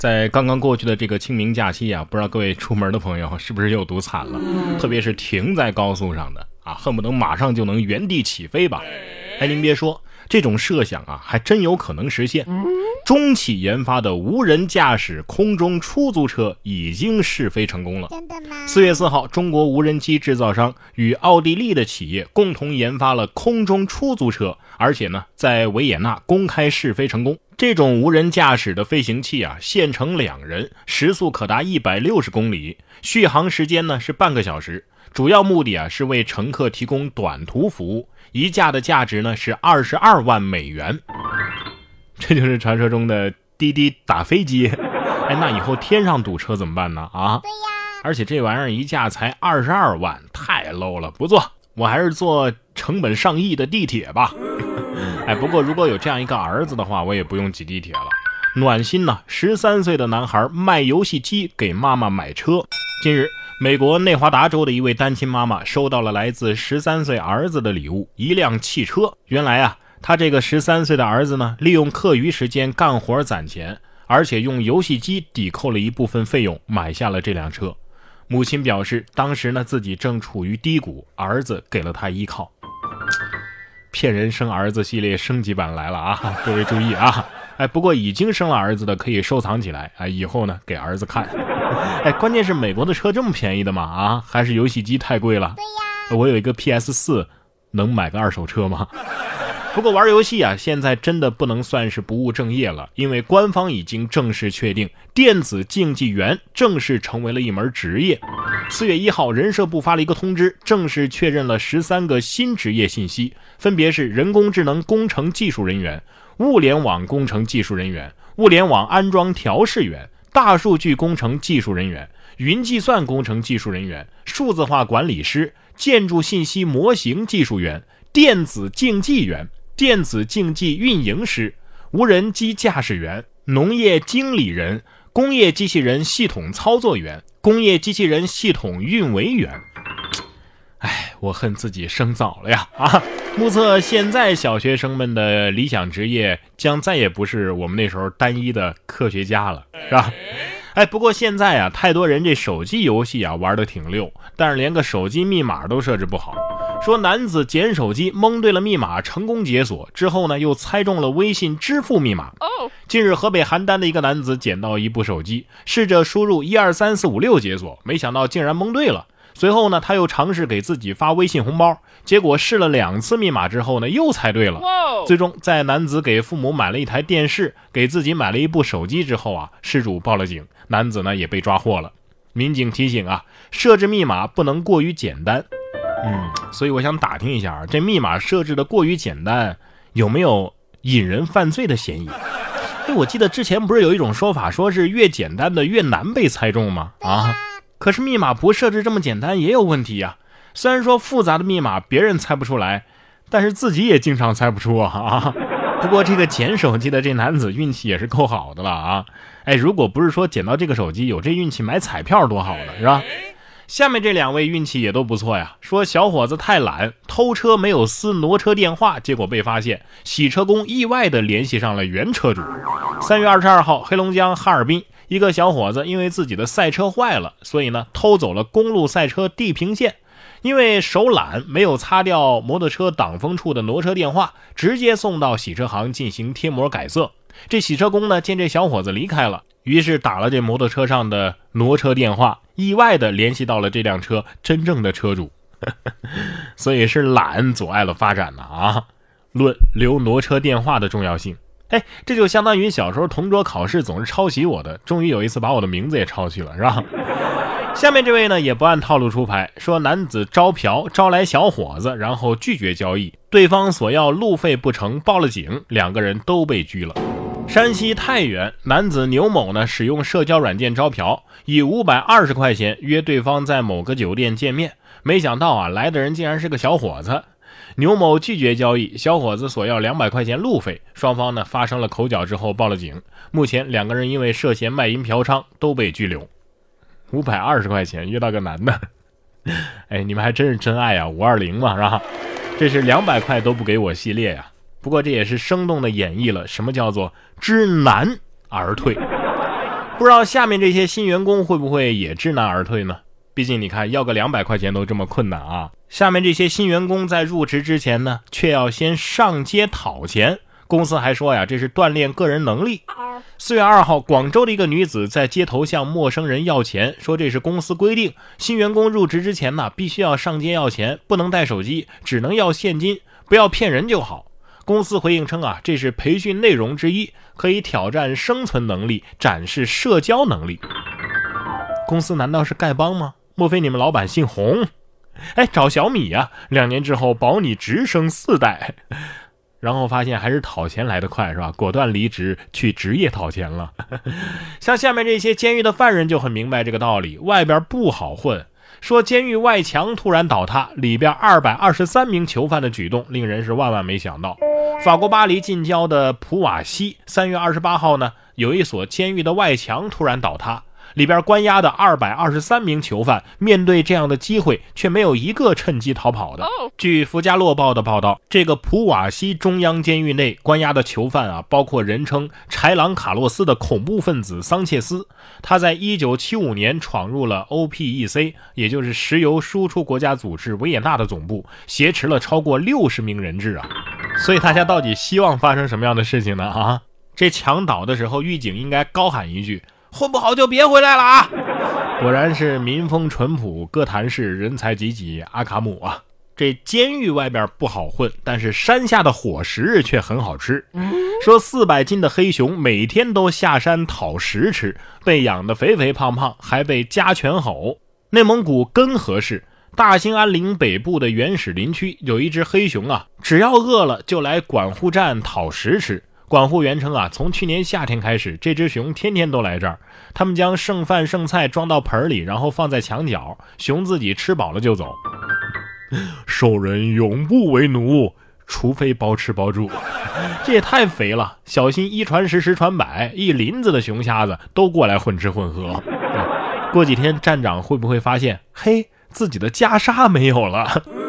在刚刚过去的这个清明假期啊，不知道各位出门的朋友是不是又堵惨了？特别是停在高速上的啊，恨不得马上就能原地起飞吧。您别说，这种设想啊，还真有可能实现。中企研发的无人驾驶空中出租车已经试飞成功了。 真的吗 ？4月4号，中国无人机制造商与奥地利的企业共同研发了空中出租车，而且呢，在维也纳公开试飞成功。这种无人驾驶的飞行器啊，限乘2人，时速可达160公里，续航时间呢是半个小时。主要目的啊是为乘客提供短途服务，一架的价值呢是22万美元。这就是传说中的滴滴打飞机。那以后天上堵车怎么办呢？啊， 对呀， 而且这玩意儿一架才22万，太 low 了，不坐，我还是坐成本上亿的地铁吧。不过如果有这样一个儿子的话，我也不用挤地铁了。暖心呢，13岁的男孩卖游戏机给妈妈买车。近日，美国内华达州的一位单亲妈妈收到了来自13岁儿子的礼物，一辆汽车。原来啊，他这个13岁的儿子呢，利用课余时间干活攒钱，而且用游戏机抵扣了一部分费用，买下了这辆车。母亲表示，当时呢自己正处于低谷，儿子给了他依靠。骗人生儿子系列升级版来了啊，各位注意啊。不过已经生了儿子的可以收藏起来，以后呢给儿子看。关键是美国的车这么便宜的吗？啊，还是游戏机太贵了？ 对呀， 我有一个 PS4， 能买个二手车吗？不过玩游戏啊，现在真的不能算是不务正业了，因为官方已经正式确定，电子竞技员正式成为了一门职业。4月1号，人社部发了一个通知，正式确认了13个新职业信息，分别是人工智能工程技术人员、物联网工程技术人员、物联网安装调试员、大数据工程技术人员、云计算工程技术人员、数字化管理师、建筑信息模型技术员、电子竞技员、电子竞技运营师、无人机驾驶员、农业经理人、工业机器人系统操作员、工业机器人系统运维员。我恨自己生早了呀！目测现在小学生们的理想职业将再也不是我们那时候单一的科学家了，是吧？不过现在啊，太多人这手机游戏啊玩得挺溜，但是连个手机密码都设置不好。说男子捡手机蒙对了密码，成功解锁之后呢，又猜中了微信支付密码。近日，河北邯郸的一个男子捡到一部手机，试着输入123456解锁，没想到竟然蒙对了。随后呢，他又尝试给自己发微信红包，结果试了2次密码之后呢，又猜对了。最终在男子给父母买了一台电视，给自己买了一部手机之后啊，失主报了警，男子呢也被抓获了。民警提醒啊，设置密码不能过于简单。所以我想打听一下，这密码设置的过于简单，有没有引人犯罪的嫌疑？我记得之前不是有一种说法，说是越简单的越难被猜中吗？可是密码不设置这么简单也有问题啊。虽然说复杂的密码别人猜不出来，但是自己也经常猜不出啊。不过这个捡手机的这男子运气也是够好的了啊。如果不是说捡到这个手机，有这运气买彩票多好呢，是吧？下面这2位运气也都不错呀。说小伙子太懒，偷车没有撕挪车电话，结果被发现，洗车工意外的联系上了原车主。3月22号，黑龙江哈尔滨一个小伙子因为自己的赛车坏了，所以呢偷走了公路赛车地平线，因为手懒没有擦掉摩托车挡风处的挪车电话，直接送到洗车行进行贴膜改色。这洗车工呢见这小伙子离开了，于是打了这摩托车上的挪车电话，意外的联系到了这辆车真正的车主。所以是懒阻碍了发展呢啊！论留挪车电话的重要性，这就相当于小时候同桌考试总是抄袭我的，终于有一次把我的名字也抄去了，是吧？下面这位呢也不按套路出牌，说男子招嫖招来小伙子，然后拒绝交易，对方索要路费不成，报了警，2个人都被拘了。山西太原男子牛某呢使用社交软件招嫖，以520块钱约对方在某个酒店见面，没想到啊来的人竟然是个小伙子。牛某拒绝交易，小伙子索要200块钱路费，双方呢发生了口角之后报了警。目前2个人因为涉嫌卖淫嫖娼都被拘留。520块钱约到个男的，你们还真是真爱啊，520嘛，是吧？这是200块都不给我系列呀。不过这也是生动的演绎了什么叫做知难而退。 不知道下面这些新员工会不会也知难而退呢？毕竟你看，要个200块钱都这么困难啊！下面这些新员工在入职之前呢，却要先上街讨钱。公司还说呀，这是锻炼个人能力。4月2号，广州的一个女子在街头向陌生人要钱，说这是公司规定，新员工入职之前呢，必须要上街要钱，不能带手机，只能要现金，不要骗人就好。公司回应称啊，这是培训内容之一，可以挑战生存能力，展示社交能力。公司难道是丐帮吗？莫非你们老板姓洪？找小米呀，2年之后保你直升4代。然后发现还是讨钱来得快，是吧？果断离职去职业讨钱了。像下面这些监狱的犯人就很明白这个道理，外边不好混。说监狱外墙突然倒塌，里边223名囚犯的举动令人是万万没想到。法国巴黎近郊的普瓦西3月28号呢，有一所监狱的外墙突然倒塌，里边关押的223名囚犯面对这样的机会，却没有一个趁机逃跑的。据福加洛报的报道，这个普瓦西中央监狱内关押的囚犯啊，包括人称豺狼卡洛斯的恐怖分子桑切斯。他在1975年闯入了 OPEC， 也就是石油输出国家组织维也纳的总部，挟持了超过60名人质啊。所以大家到底希望发生什么样的事情呢？啊，这墙倒的时候，狱警应该高喊一句：混不好就别回来了啊！果然是民风淳朴，哥谭市人才济济，阿卡姆啊！这监狱外边不好混，但是山下的伙食却很好吃。说400斤的黑熊每天都下山讨食吃，被养得肥肥胖胖，还被家犬吼。内蒙古根河市大兴安岭北部的原始林区有一只黑熊啊，只要饿了就来管护站讨食吃。管护员称啊，从去年夏天开始，这只熊天天都来这儿。他们将剩饭剩菜装到盆里，然后放在墙角，熊自己吃饱了就走。兽人永不为奴，除非包吃包住。这也太肥了，小心一传十，十传百，一林子的熊瞎子都过来混吃混喝。过几天站长会不会发现，嘿，自己的袈裟没有了？